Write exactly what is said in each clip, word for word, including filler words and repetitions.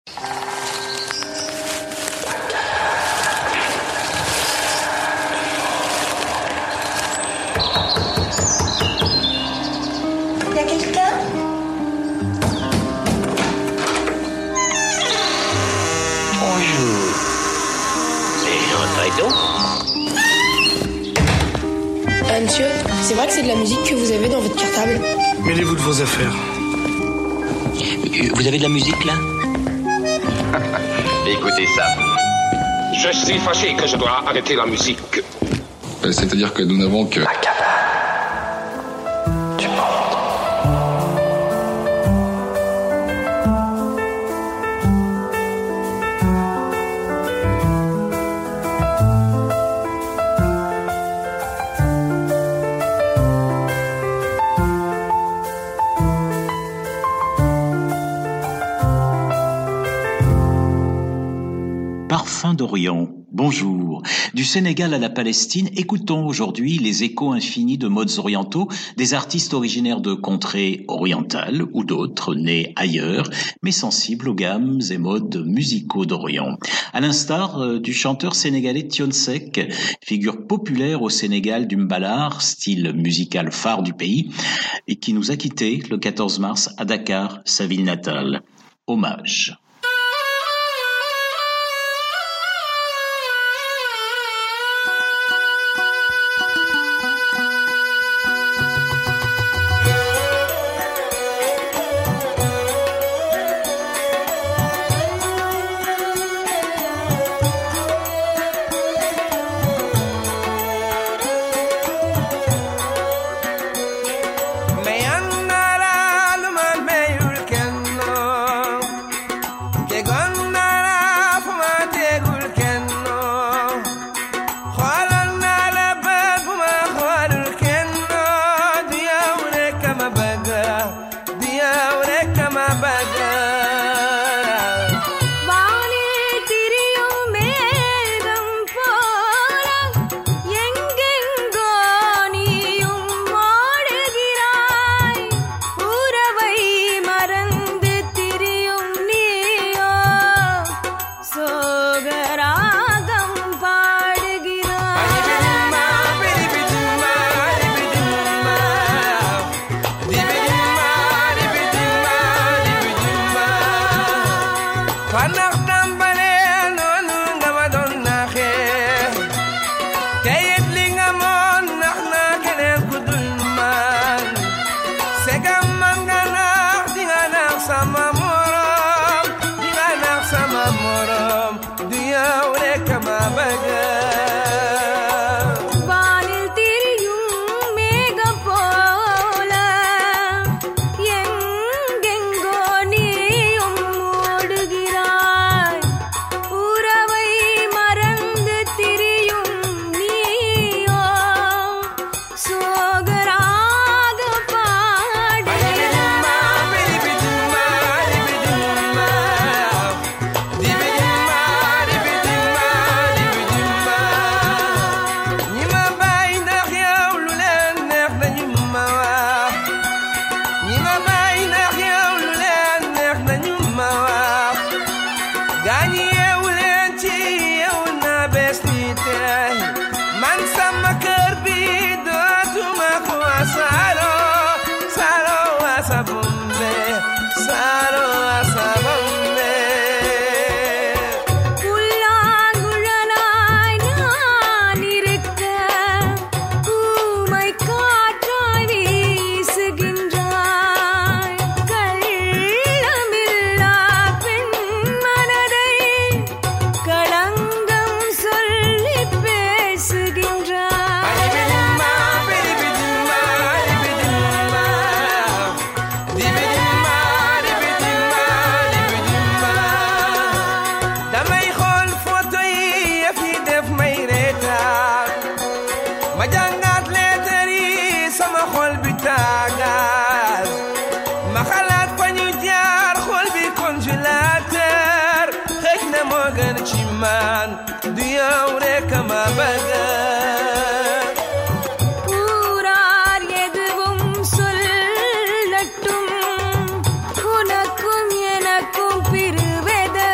Y a quelqu'un? Bonjour. Et entrez donc. Euh, monsieur, c'est vrai que c'est de la musique que vous avez dans votre cartable? Mêlez-vous de vos affaires. Vous avez de la musique, là? Écoutez ça. Je suis fâché que je dois arrêter la musique. Euh, C'est-à-dire que nous n'avons que... La cabane du monde. Parfum d'Orient, bonjour. Du Sénégal à la Palestine, écoutons aujourd'hui les échos infinis de modes orientaux des artistes originaires de contrées orientales ou d'autres nés ailleurs, mais sensibles aux gammes et modes musicaux d'Orient. À l'instar euh, du chanteur sénégalais Thione Seck, figure populaire au Sénégal du mbalar, style musical phare du pays, et qui nous a quittés le quatorze mars à Dakar, sa ville natale. Hommage. உனக்கும் எனக்கும் பிரிவெதற்கு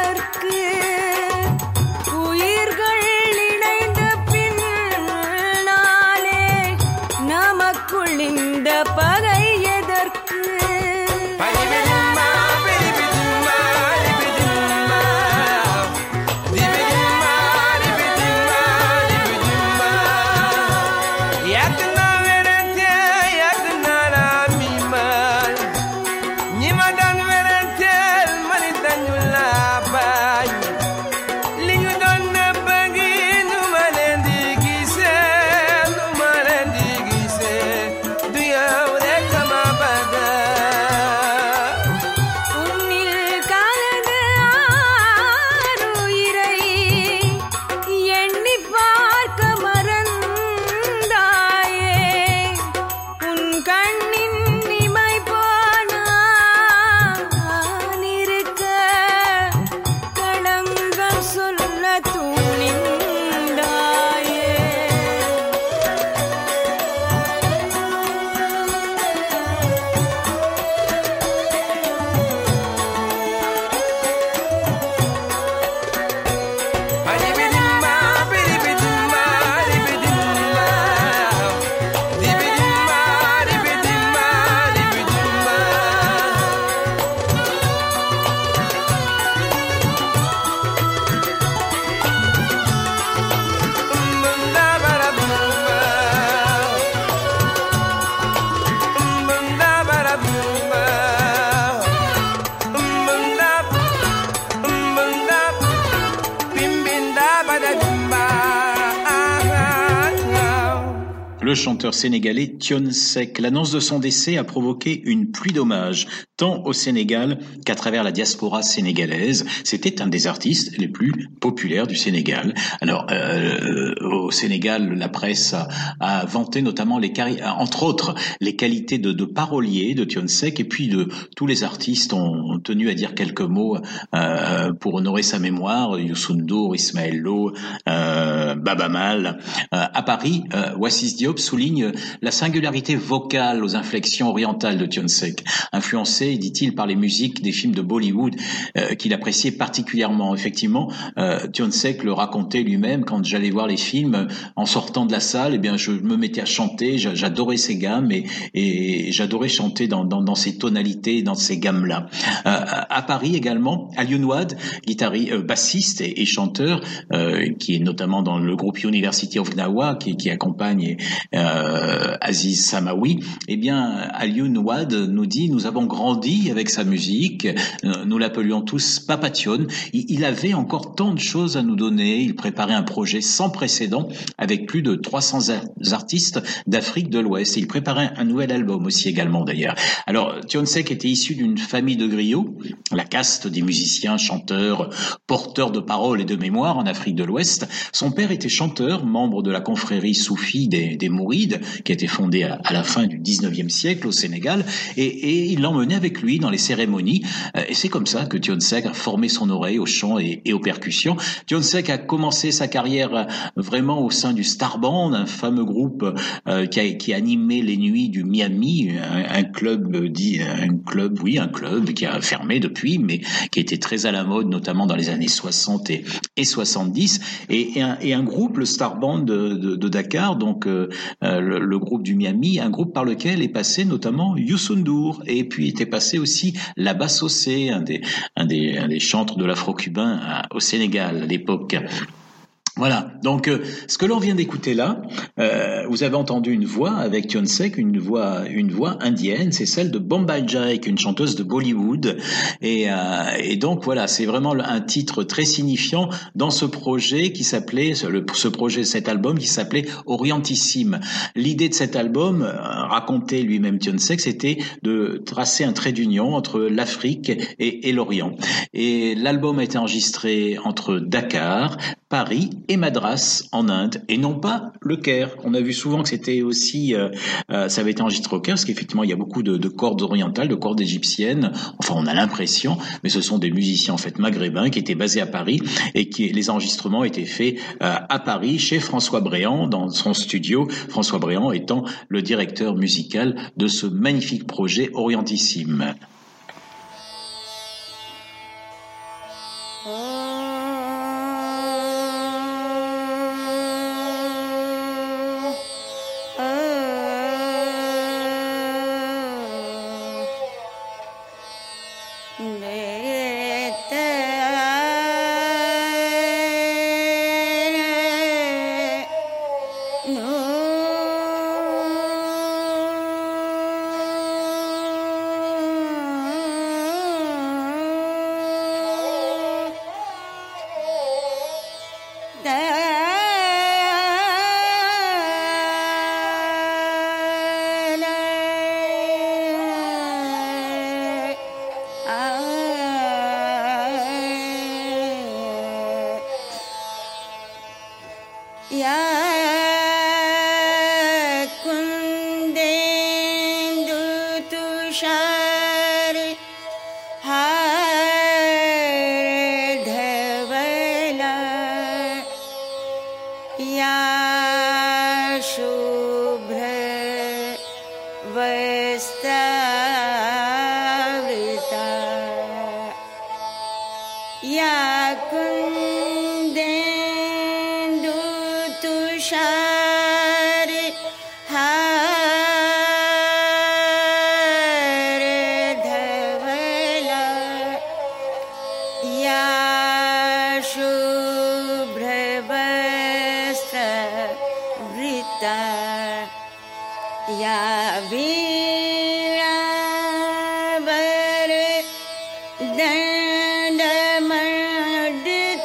le chanteur sénégalais Thione Seck. L'annonce de son décès a provoqué une pluie d'hommages, tant au Sénégal qu'à travers la diaspora sénégalaise. C'était un des artistes les plus populaires du Sénégal. Alors, euh, au Sénégal, la presse a, a vanté notamment, les cari- entre autres, les qualités de, de parolier de Thione Seck, et puis de tous les artistes ont tenu à dire quelques mots euh, pour honorer sa mémoire. Youssou N'Dour, Ismaël Lo, euh, Baba Mal. Euh, à Paris, euh, Wassis Diop souligne la singularité vocale aux inflexions orientales de Thione Seck, influencé, dit-il, par les musiques des films de Bollywood euh, qu'il appréciait particulièrement. Effectivement, euh, Thione Seck le racontait lui-même: quand j'allais voir les films, en sortant de la salle, eh bien, je me mettais à chanter. J'adorais ces gammes et, et j'adorais chanter dans, dans, dans ces tonalités, dans ces gammes-là. Euh, à Paris également, Alioune Wade, guitariste, euh, bassiste et, et chanteur, euh, qui est notamment dans le groupe University of Gnawa, qui, qui accompagne euh, Aziz Samawi. Eh bien, Alioune Wade nous dit: nous avons grandi avec sa musique, nous l'appelions tous Papa Thione. Il, il avait encore tant de choses à nous donner. Il préparait un projet sans précédent avec plus de trois cents artistes d'Afrique de l'Ouest. Il préparait un nouvel album aussi également d'ailleurs. Alors, Thione Seck était issu d'une famille de griots, la caste des musiciens, chanteurs, porteurs de paroles et de mémoire en Afrique de l'Ouest. Son père était chanteur, membre de la confrérie soufie des, des Mourides, qui a été fondée à, à la fin du dix-neuvième siècle au Sénégal, et, et il l'emmenait avec lui dans les cérémonies. Et c'est comme ça que Thione Seck a formé son oreille au chant et, et aux percussions. Thione Seck a commencé sa carrière vraiment au sein du Star Band, un fameux groupe euh, qui, a, qui animait les nuits du Miami, un, un club dit un club, oui, un club qui a fermé depuis, mais qui était très à la mode, notamment dans les années soixante et, et soixante-dix, et, et, un, et un groupe, le Star Band de, de, de Dakar, donc euh, le, le groupe du Miami, un groupe par lequel est passé notamment Youssou N'Dour, et puis était passé aussi Laba Sossé, un des, un des, un des chantres de l'afro-cubain à, au Sénégal à l'époque. Voilà, donc euh, ce que l'on vient d'écouter là, euh, vous avez entendu une voix avec Thione Seck, une voix, une voix indienne, c'est celle de Bombay Jack, une chanteuse de Bollywood, et, euh, et donc voilà, c'est vraiment un titre très signifiant dans ce projet qui s'appelait, le, ce projet, cet album qui s'appelait Orientissime. L'idée de cet album, euh, racontait lui-même Thione Seck, c'était de tracer un trait d'union entre l'Afrique et, et l'Orient. Et l'album a été enregistré entre Dakar, Paris et Madras en Inde, et non pas le Caire. On a vu souvent que c'était aussi, euh, euh, ça avait été enregistré au Caire, parce qu'effectivement il y a beaucoup de, de cordes orientales, de cordes égyptiennes. Enfin, on a l'impression, mais ce sont des musiciens en fait maghrébins qui étaient basés à Paris, et qui les enregistrements étaient faits euh, à Paris chez François Bréant dans son studio. François Bréant étant le directeur musical de ce magnifique projet Orientissime.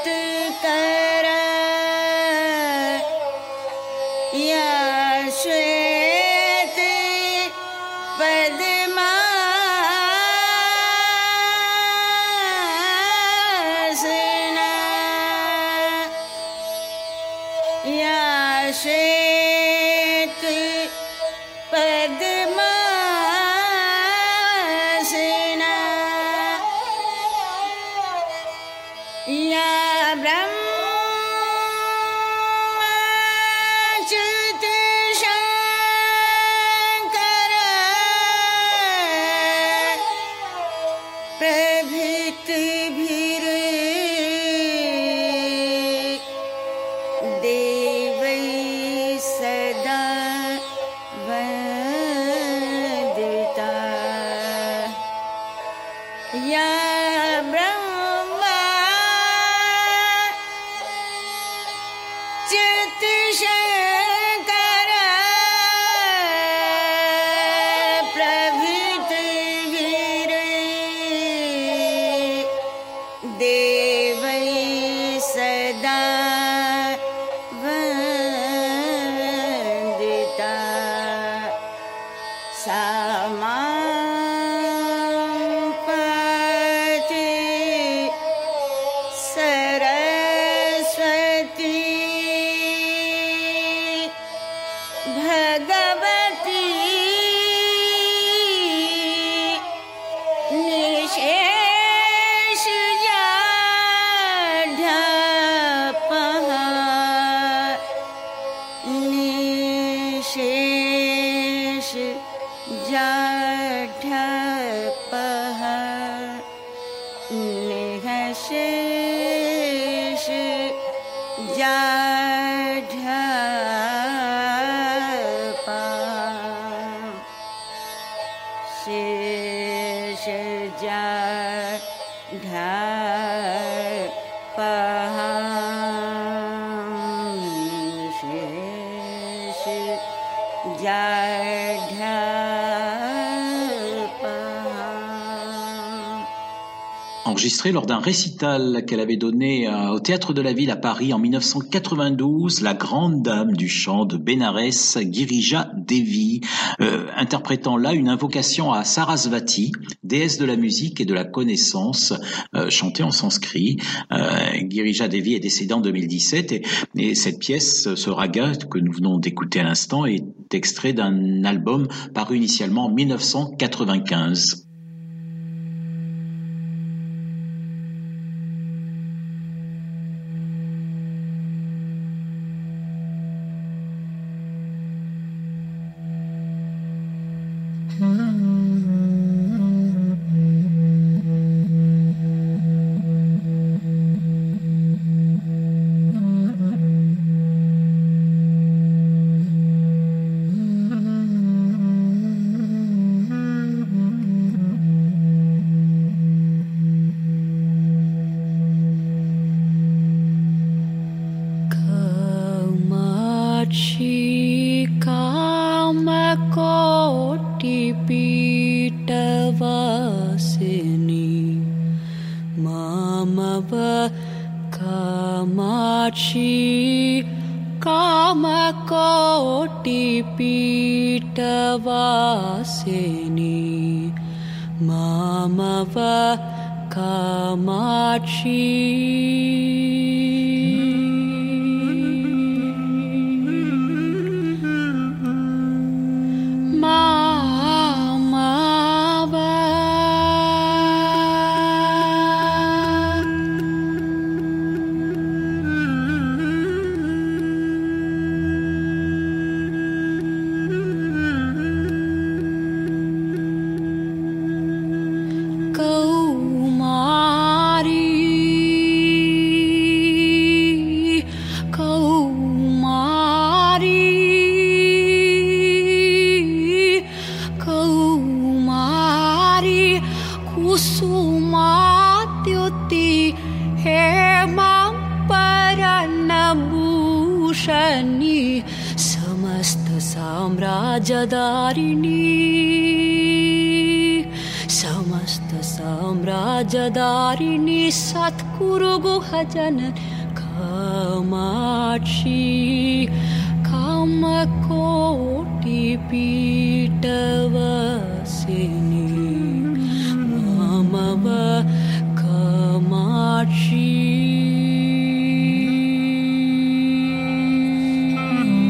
Yeah, श्वेत पद्मासना या ब्रह्माच्युत शंकर प्रभृति Enregistré lors d'un récital qu'elle avait donné au Théâtre de la Ville à Paris en dix-neuf cent quatre-vingt-douze, la grande dame du chant de Bénarès, Girija Devi, euh, interprétant là une invocation à Sarasvati, déesse de la musique et de la connaissance, euh, chantée en sanskrit. Euh, Girija Devi est décédée en deux mille dix-sept et, et cette pièce, ce raga que nous venons d'écouter à l'instant, est extrait d'un album paru initialement en dix-neuf cent quatre-vingt-quinze. साम्राज्यदारिणी सत्कुरु गुहजन कामाक्षी कामकोटि पीठवासिनी मामव कामाक्षी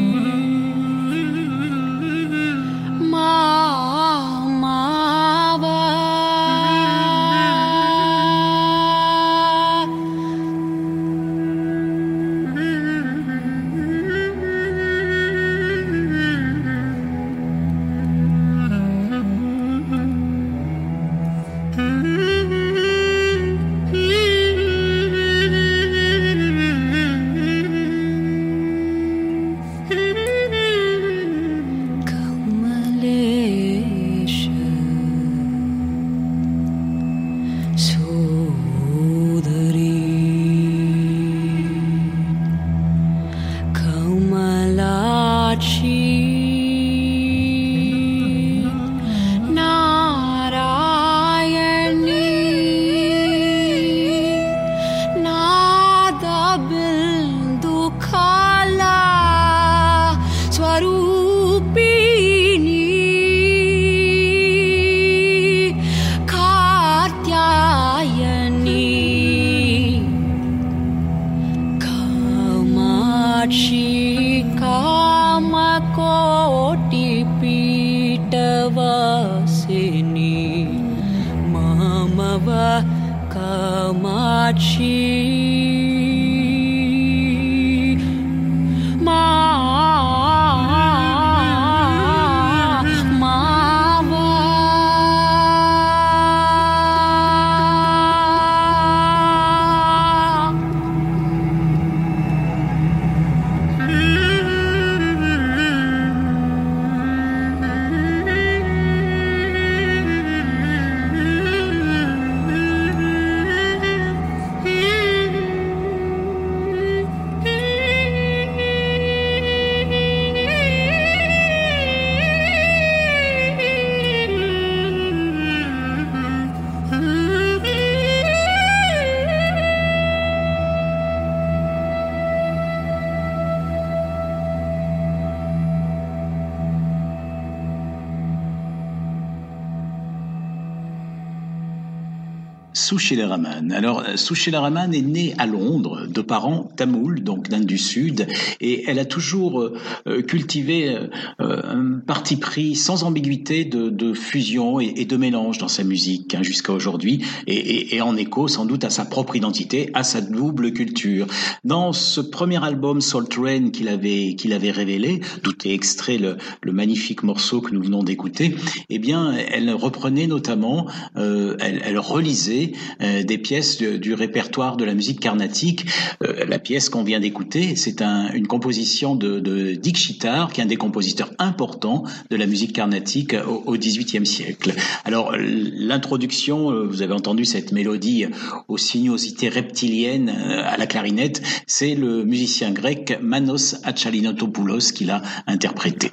कामाक्षी कामकोटि पीठवासिनी मामव कामाक्षी मा Sushila Raman. Alors, Sushila Raman est née à Londres de parents tamouls, donc d'Inde du Sud, et elle a toujours euh, cultivé euh, un parti pris sans ambiguïté de, de fusion et, et de mélange dans sa musique hein, jusqu'à aujourd'hui, et, et, et en écho sans doute à sa propre identité, à sa double culture. Dans ce premier album Soul Train qu'il avait qu'il avait révélé, d'où est extrait le, le magnifique morceau que nous venons d'écouter, eh bien, elle reprenait notamment, euh, elle, elle relisait Euh, des pièces du, du répertoire de la musique carnatique. Euh, la pièce qu'on vient d'écouter, c'est un, une composition de, de Dikshitar, qui est un des compositeurs importants de la musique carnatique au, au dix-huitième siècle. Alors, l'introduction, vous avez entendu cette mélodie aux sinuosités reptiliennes à la clarinette, c'est le musicien grec Manos Achalinotopoulos qui l'a interprété.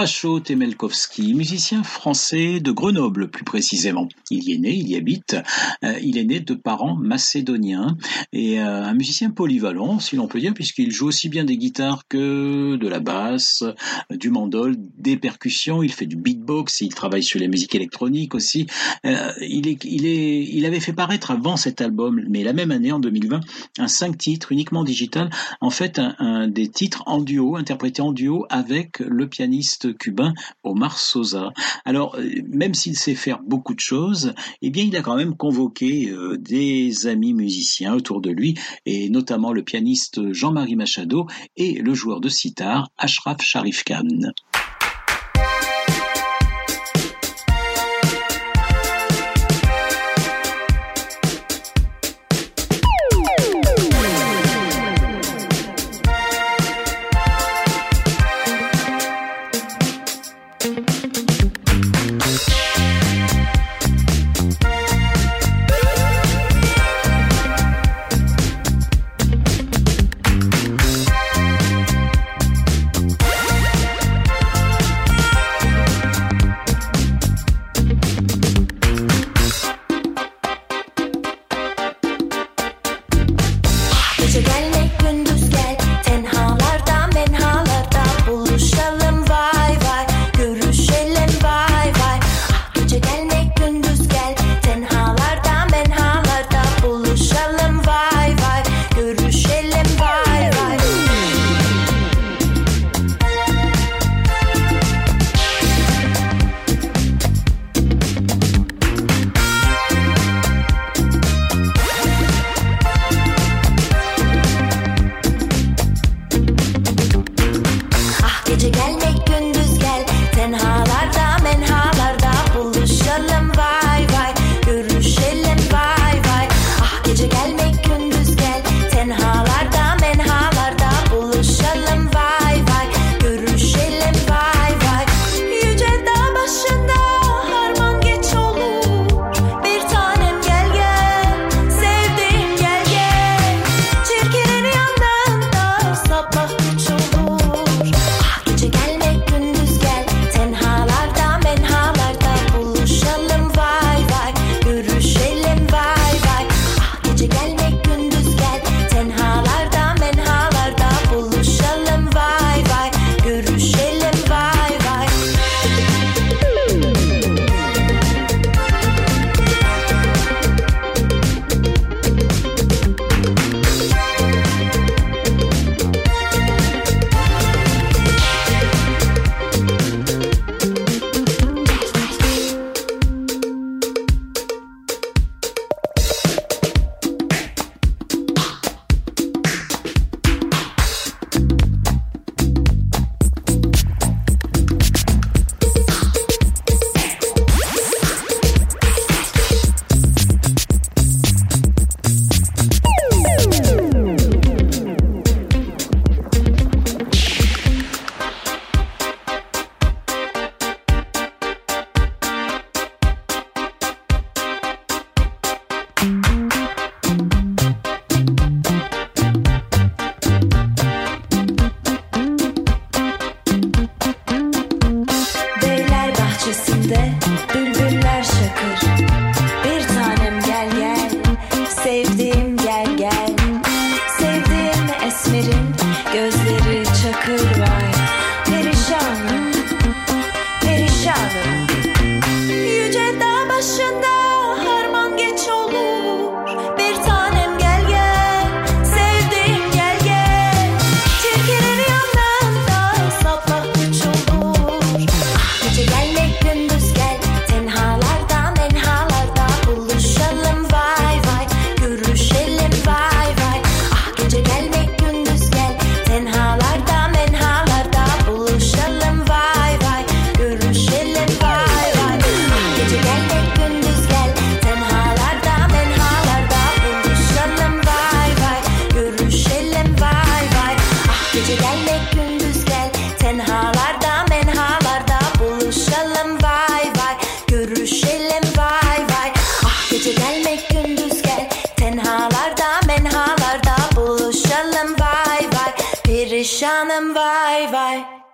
Strachot Temelkovski, musicien français de Grenoble plus précisément. Il y est né, il y habite. Euh, il est né de parents macédoniens et euh, un musicien polyvalent, si l'on peut dire, puisqu'il joue aussi bien des guitares que de la basse, euh, du mandol, des percussions. Il fait du beatbox, il travaille sur les musiques électroniques aussi. Euh, il est, il est, il avait fait paraître avant cet album, mais la même année, en deux mille vingt, un cinq titres uniquement digital. En fait, un, un des titres en duo, interprété en duo avec le pianiste cubain Omar Sosa. Alors, même s'il sait faire beaucoup de choses, eh bien, il a quand même convoqué euh, des amis musiciens autour de lui, et notamment le pianiste Jean-Marie Machado et le joueur de sitar Ashraf Sharif Khan.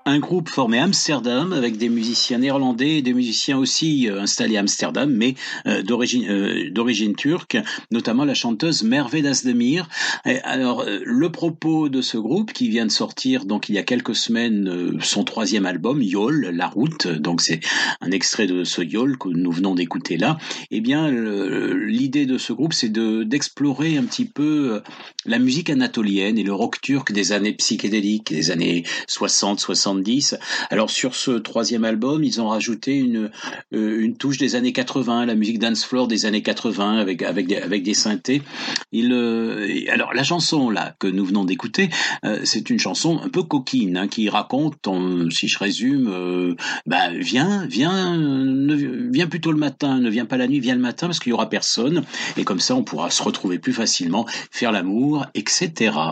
Un groupe formé à Amsterdam avec des musiciens néerlandais et des musiciens aussi euh, installés à Amsterdam, mais euh, d'origine euh, d'origine turque, notamment la chanteuse Merve Özdemir. Et alors, euh, le propos de ce groupe qui vient de sortir, donc il y a quelques semaines, euh, son troisième album, Yol, La Route, donc c'est un extrait de ce Yol que nous venons d'écouter là. Eh bien, le, l'idée de ce groupe, c'est de d'explorer un petit peu euh, la musique anatolienne et le rock turc des années psychédéliques, des années soixante, soixante-dix. Alors sur ce troisième album, ils ont rajouté une euh, une touche des années quatre-vingts, la musique dance floor des années quatre-vingts avec avec des, avec des synthés. Il euh, alors la chanson là que nous venons d'écouter, euh, c'est une chanson un peu coquine hein, qui raconte, on, si je résume, euh, bah viens viens ne, viens plutôt le matin, ne viens pas la nuit, viens le matin parce qu'il y aura personne et comme ça on pourra se retrouver plus facilement, faire l'amour, et cetera.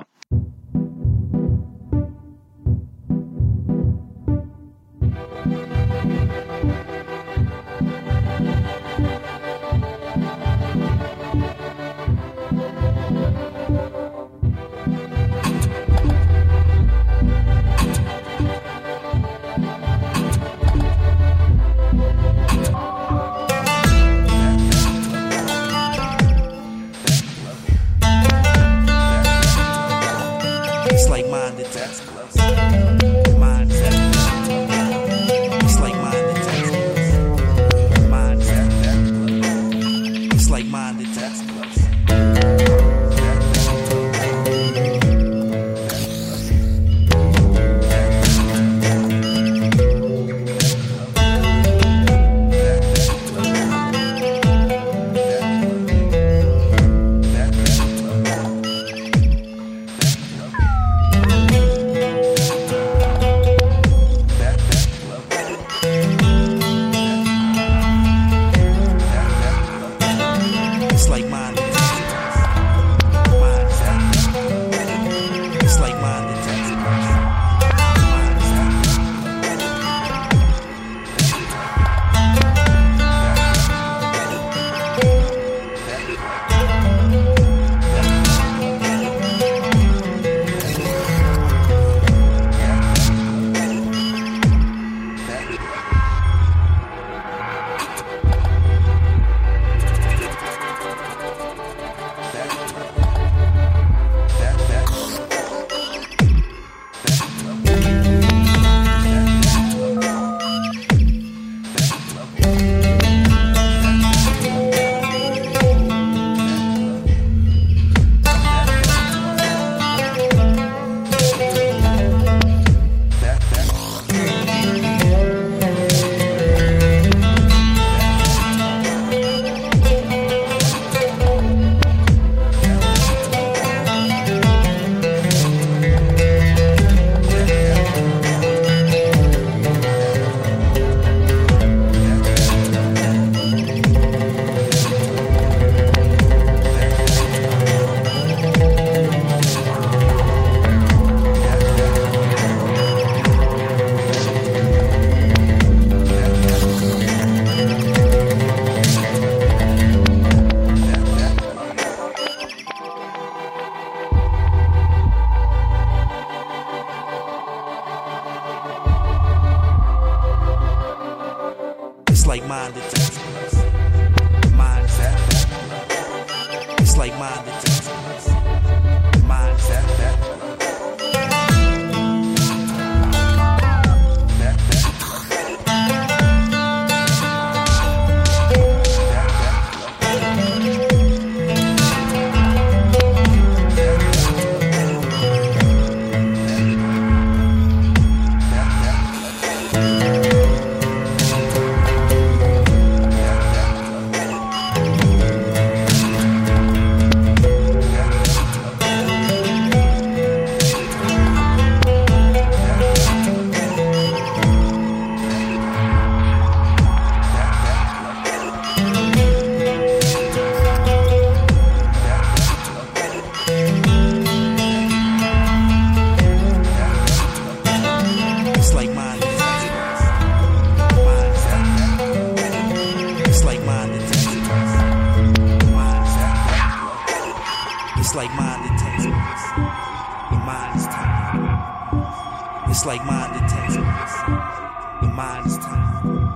It's like mind detecting. The mind is time.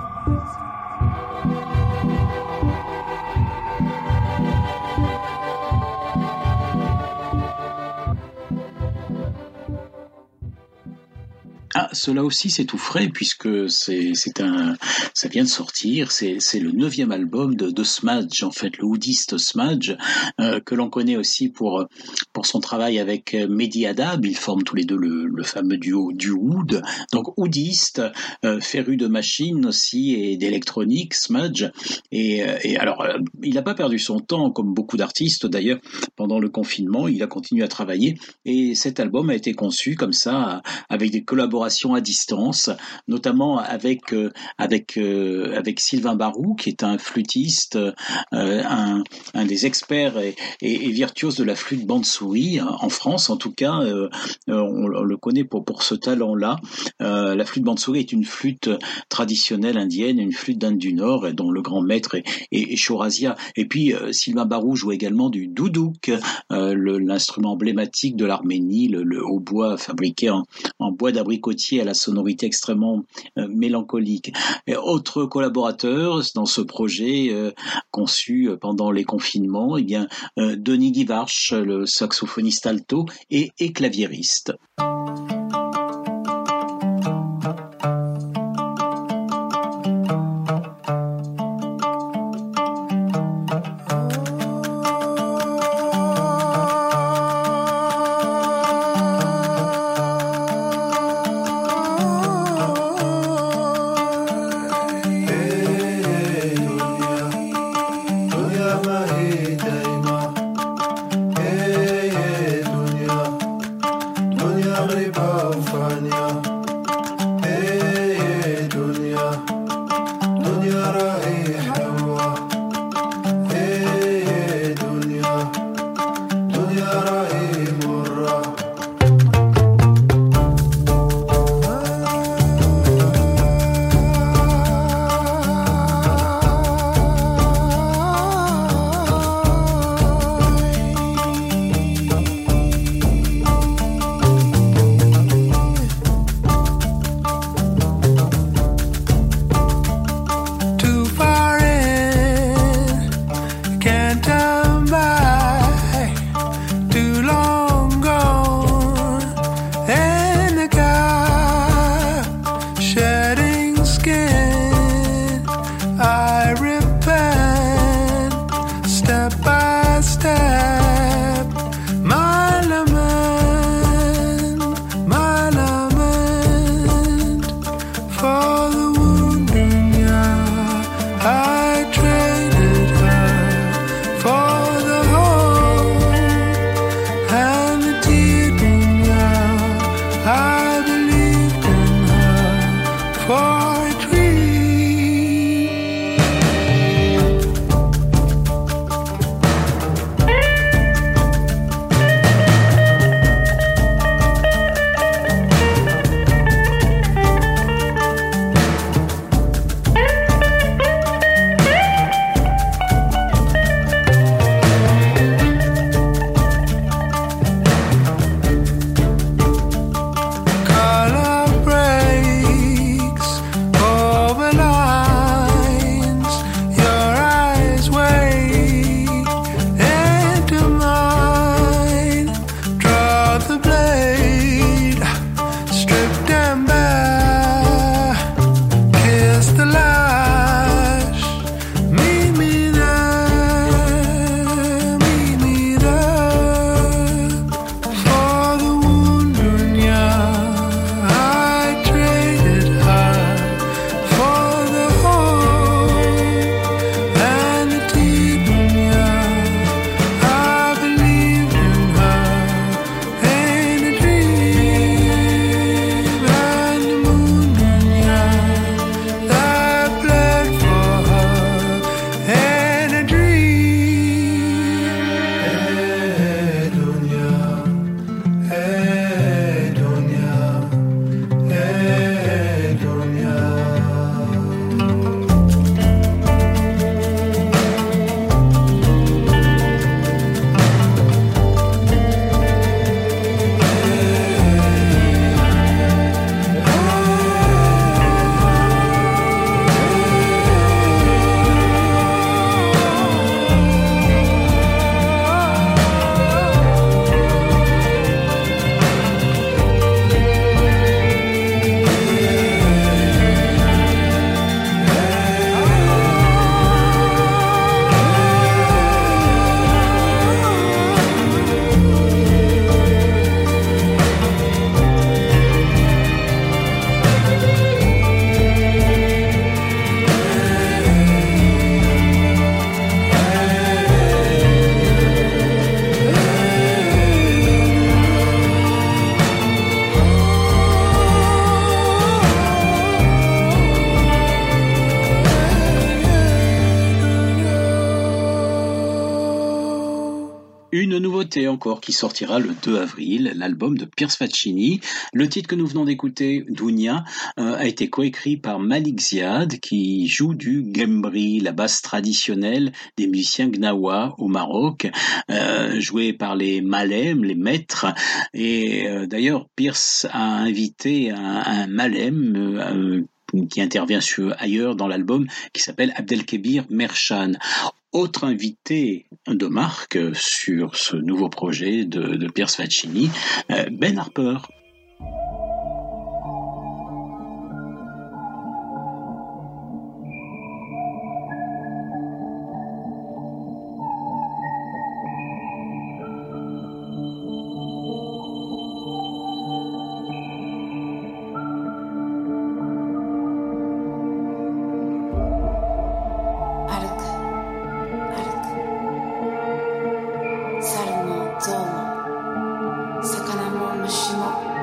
Ah, cela aussi c'est tout frais puisque c'est c'est un ça vient de sortir, c'est c'est le neuvième album de, de Smudge, en fait le oudiste Smudge, euh, que l'on connaît aussi pour pour son travail avec Mehdi Haddad. Ils forment tous les deux le, le fameux duo du oud, donc oudiste, euh, féru de machines aussi et d'électronique, Smudge. Et, et alors il n'a pas perdu son temps comme beaucoup d'artistes d'ailleurs pendant le confinement, il a continué à travailler et cet album a été conçu comme ça avec des collaborations à distance, notamment avec euh, avec euh, avec Sylvain Barou, qui est un flûtiste, euh, un un des experts et, et, et virtuoses de la flûte Bansuri en France, en tout cas, euh, on, on le connaît pour pour ce talent-là. Euh, la flûte Bansuri est une flûte traditionnelle indienne, une flûte d'Inde du Nord, dont le grand maître est, est, est Chorazia. Et puis euh, Sylvain Barou joue également du doudouk, euh, le, l'instrument emblématique de l'Arménie, le, le hautbois fabriqué en, en bois d'abricot à la sonorité extrêmement euh, mélancolique. Et autre collaborateur dans ce projet euh, conçu pendant les confinements, eh bien euh, Denis Guivarch, le saxophoniste alto et, et claviériste. une nouveauté encore qui sortira le deux avril, l'album de Piers Faccini. Le titre que nous venons d'écouter, Dounia, euh, a été coécrit par Malik Ziad qui joue du gembri, la basse traditionnelle des musiciens gnawa au Maroc, euh, jouée par les malem, les maîtres. Et euh, d'ailleurs, Piers a invité un, un malem euh, qui intervient sur, ailleurs dans l'album, qui s'appelle Abdelkebir Mershan. Autre invité de marque sur ce nouveau projet de, de Piers Faccini, Ben Harper. Salmo, zomo, 魚も虫も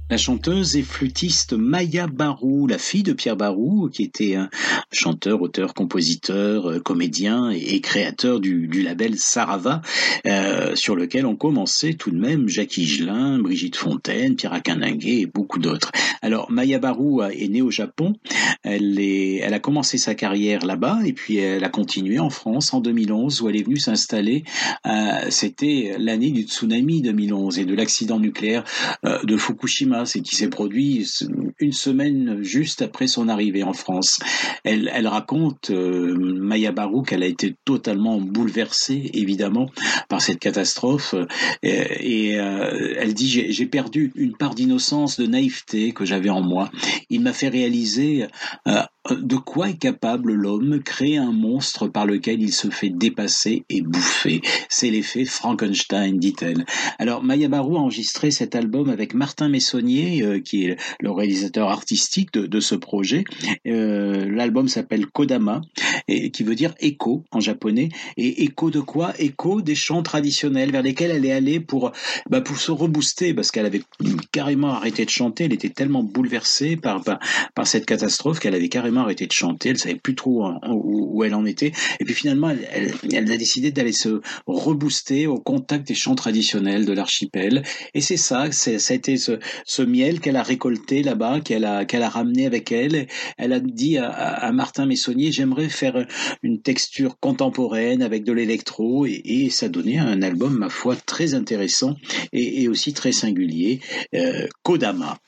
La chanteuse et flûtiste Maya Barou, la fille de Pierre Barou, qui était un chanteur, auteur, compositeur, comédien et créateur du, du label Sarava, euh, sur lequel ont commencé tout de même Jacques Higelin, Brigitte Fontaine, Pierre Aquindinguet et beaucoup d'autres. Alors Maya Barou est née au Japon, elle, est, elle a commencé sa carrière là-bas et puis elle a continué en France en deux mille onze où elle est venue s'installer. Euh, c'était l'année du tsunami deux mille onze et de l'accident nucléaire euh, de Fukushima. C'est qui s'est produit une semaine juste après son arrivée en France. Elle, elle raconte, euh, Maya Barou, qu'elle a été totalement bouleversée, évidemment, par cette catastrophe. Et, et euh, elle dit, j'ai, j'ai perdu une part d'innocence, de naïveté que j'avais en moi. Il m'a fait réaliser euh, de quoi est capable l'homme, créer un monstre par lequel il se fait dépasser et bouffer. C'est l'effet Frankenstein, dit-elle. Alors, Maya Barou a enregistré cet album avec Martin Messonnier, euh, qui est le réalisateur artistique de, de ce projet. Euh, l'album s'appelle Kodama, et, qui veut dire écho en japonais. Et écho de quoi? Écho des chants traditionnels vers lesquels elle est allée pour, bah, pour se rebooster, parce qu'elle avait carrément arrêté de chanter. Elle était tellement bouleversée par, par, par cette catastrophe qu'elle avait carrément arrêté de chanter. Elle savait plus trop où, où elle en était. Et puis finalement, elle, elle, elle a décidé d'aller se rebooster au contact des chants traditionnels de l'archipel. Et c'est ça, c'est, ça a été ce, ce miel qu'elle a récolté là-bas, qu'elle a, qu'elle a ramené avec elle. Elle a dit à, à Martin Messonnier, j'aimerais faire une texture contemporaine avec de l'électro, et, et ça donnait un album, ma foi, très intéressant et, et aussi très singulier, euh, Kodama.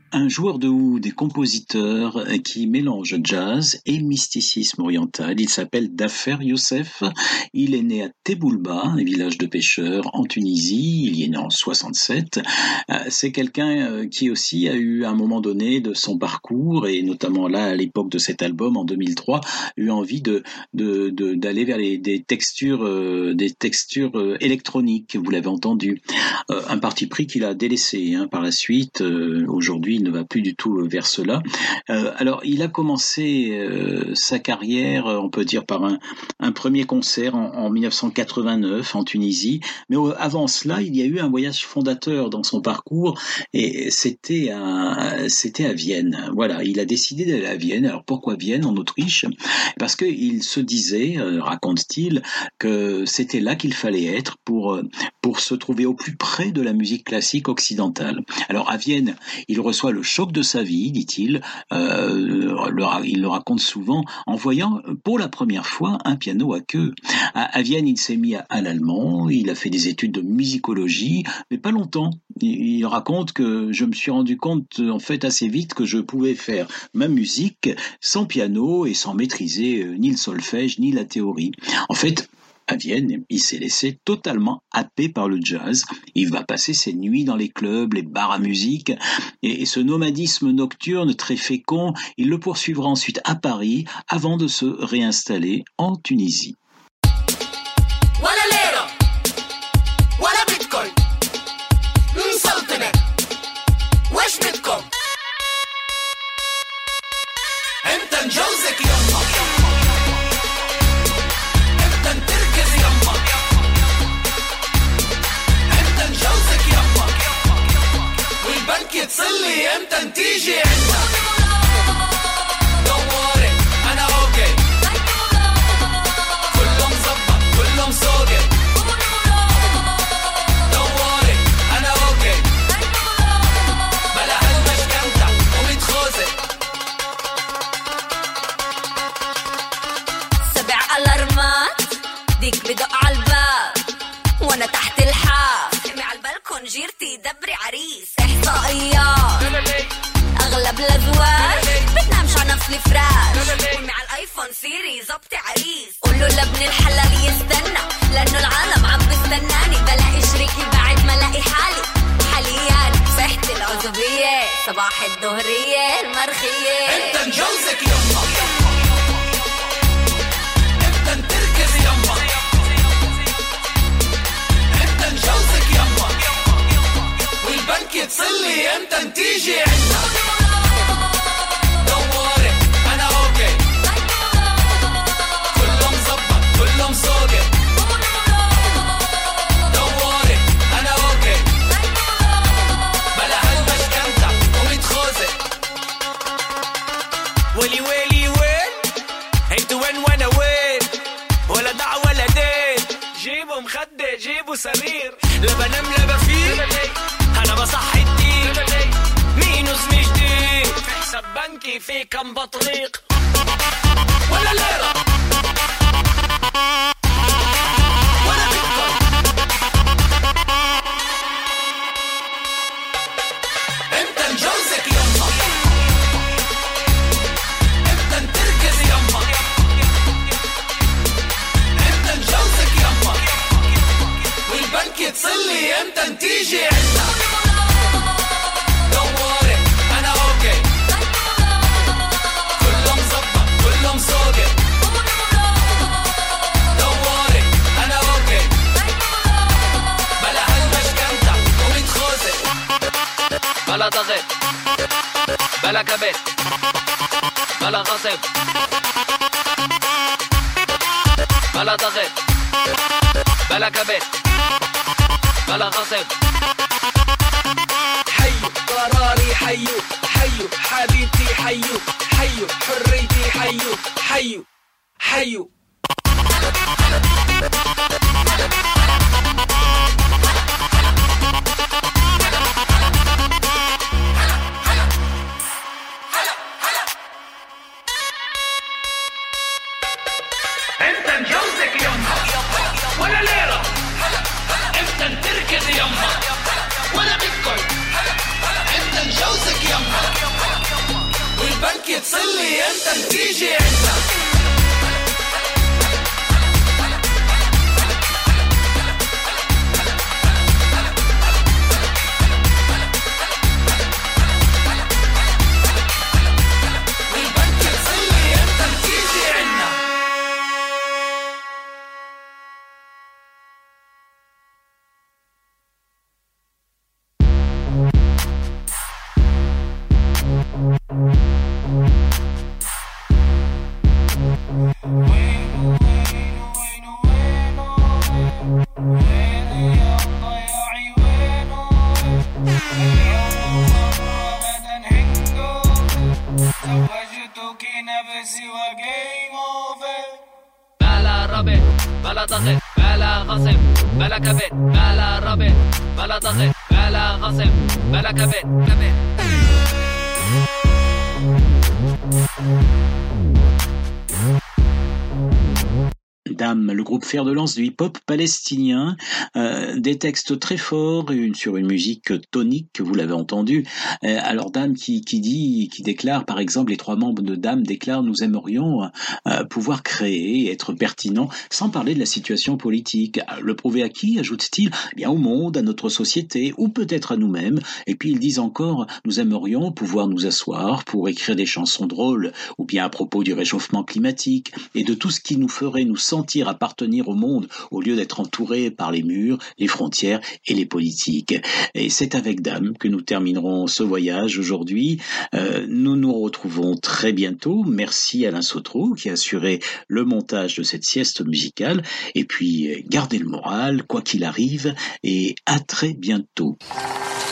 Un joueur de oud et compositeur qui mélange jazz et mysticisme oriental. Il s'appelle Dafer Youssef. Il est né à Teboulba, un village de pêcheurs en Tunisie. Il y est né en soixante-sept. C'est quelqu'un qui aussi a eu à un moment donné de son parcours, et notamment là à l'époque de cet album en deux mille trois, eu envie de, de, de d'aller vers les, des textures, euh, des textures euh, électroniques. Vous l'avez entendu. Euh, un parti pris qu'il a délaissé hein, par la suite. Euh, aujourd'hui, il ne va plus du tout vers cela. Euh, alors, il a commencé euh, sa carrière, on peut dire, par un, un premier concert en, en dix-neuf cent quatre-vingt-neuf en Tunisie. Mais avant cela, il y a eu un voyage fondateur dans son parcours, et c'était à, c'était à Vienne. Voilà, il a décidé d'aller à Vienne. Alors, pourquoi Vienne, en Autriche ? Parce qu'il se disait, euh, raconte-t-il, que c'était là qu'il fallait être pour, pour se trouver au plus près de la musique classique occidentale. Alors, à Vienne, il reçoit le choc de sa vie, dit-il. Euh, le, il le raconte souvent en voyant pour la première fois un piano à queue. À, à Vienne, il s'est mis à, à l'allemand. Il a fait des études de musicologie, mais pas longtemps. Il, il raconte que je me suis rendu compte en fait assez vite que je pouvais faire ma musique sans piano et sans maîtriser ni le solfège ni la théorie. En fait, à Vienne, il s'est laissé totalement happer par le jazz. Il va passer ses nuits dans les clubs, les bars à musique, et, et ce nomadisme nocturne très fécond, il le poursuivra ensuite à Paris avant de se réinstaller en Tunisie. تصلي امتى تيجي عنا دوري انا اوكي كله مظبط كله مسوقي دوري انا اوكي بلا هالمشكنتة ومتخوزي سبع الارمات ديك بدق عالباب وانا تحت الحاف سمع البلكون جيرتي دبري عريس احصائيات اغلب الازواج بتنامش على نفس الفراش قومي على الايفون سيري زبطي عريس قولوا لابن الحلال يستنى لانه العالم عم بستناني بلاقي شريكي بعد ما الاقي حالي حاليا صحتي العزوبيه صباح الظهريه المرخيه انت نجوزك يما انت نتركز يما انت نجوزك يما والبنك يتصلي امتى تيجي عنا دوري انا اوكي كله مظبط كله مسوقي دوري انا اوكي بلا هالمشكنتة ومتخوزي ويلي ويلي وين انتو وين وانا وين ولا دع ولا دين جيبوا مخدة جيبوا سرير لا بنام لا بفيق انا بصحي الدين مينوس مش دين في حساب بنكي في كم بطريق ولا ليرة ولا بيتكوين انت نجوزك يما انت نتركز يما انت نجوزك يما والبنك يتصلي امتى تيجي عنا دوري انا اوكي كله مظبط كله مسوقي دوري انا اوكي بلا هالمشكنتة ومتخوزي بلا ضغط بلا كبت بلا غصب بلا ضغط بلا كبت بلا غصب حيو قراري حيو حيو حبيبتي حيو حيو حريتي حيو حيو حيو انت نجوزك يما ولا ليرة انت نتركز يما ولا بيتكوين انت نجوزك يما تصلي أنت تيجي عنا. بلا ضغط بلا غصب بلا كبت بلا ربط بلا ضغط بلا غصب بلا كبت كبت. Dame, le groupe fer de lance du hip-hop palestinien, euh, des textes très forts, une, sur une musique tonique, vous l'avez entendu. Euh, alors Dame qui, qui dit, qui déclare, par exemple, les trois membres de Dame déclarent: nous aimerions euh, pouvoir créer, être pertinents, sans parler de la situation politique. Le prouver à qui, ajoute-t-il? Eh bien au monde, à notre société, ou peut-être à nous-mêmes. Et puis ils disent encore: nous aimerions pouvoir nous asseoir pour écrire des chansons drôles, ou bien à propos du réchauffement climatique et de tout ce qui nous ferait nous sentir appartenir au monde au lieu d'être entourés par les murs, les frontières et les politiques. Et c'est avec Dame que nous terminerons ce voyage aujourd'hui. Euh, nous nous retrouvons très bientôt. Merci Alain Sautreau qui a assuré le montage de cette sieste musicale. Et puis, gardez le moral, quoi qu'il arrive, et à très bientôt.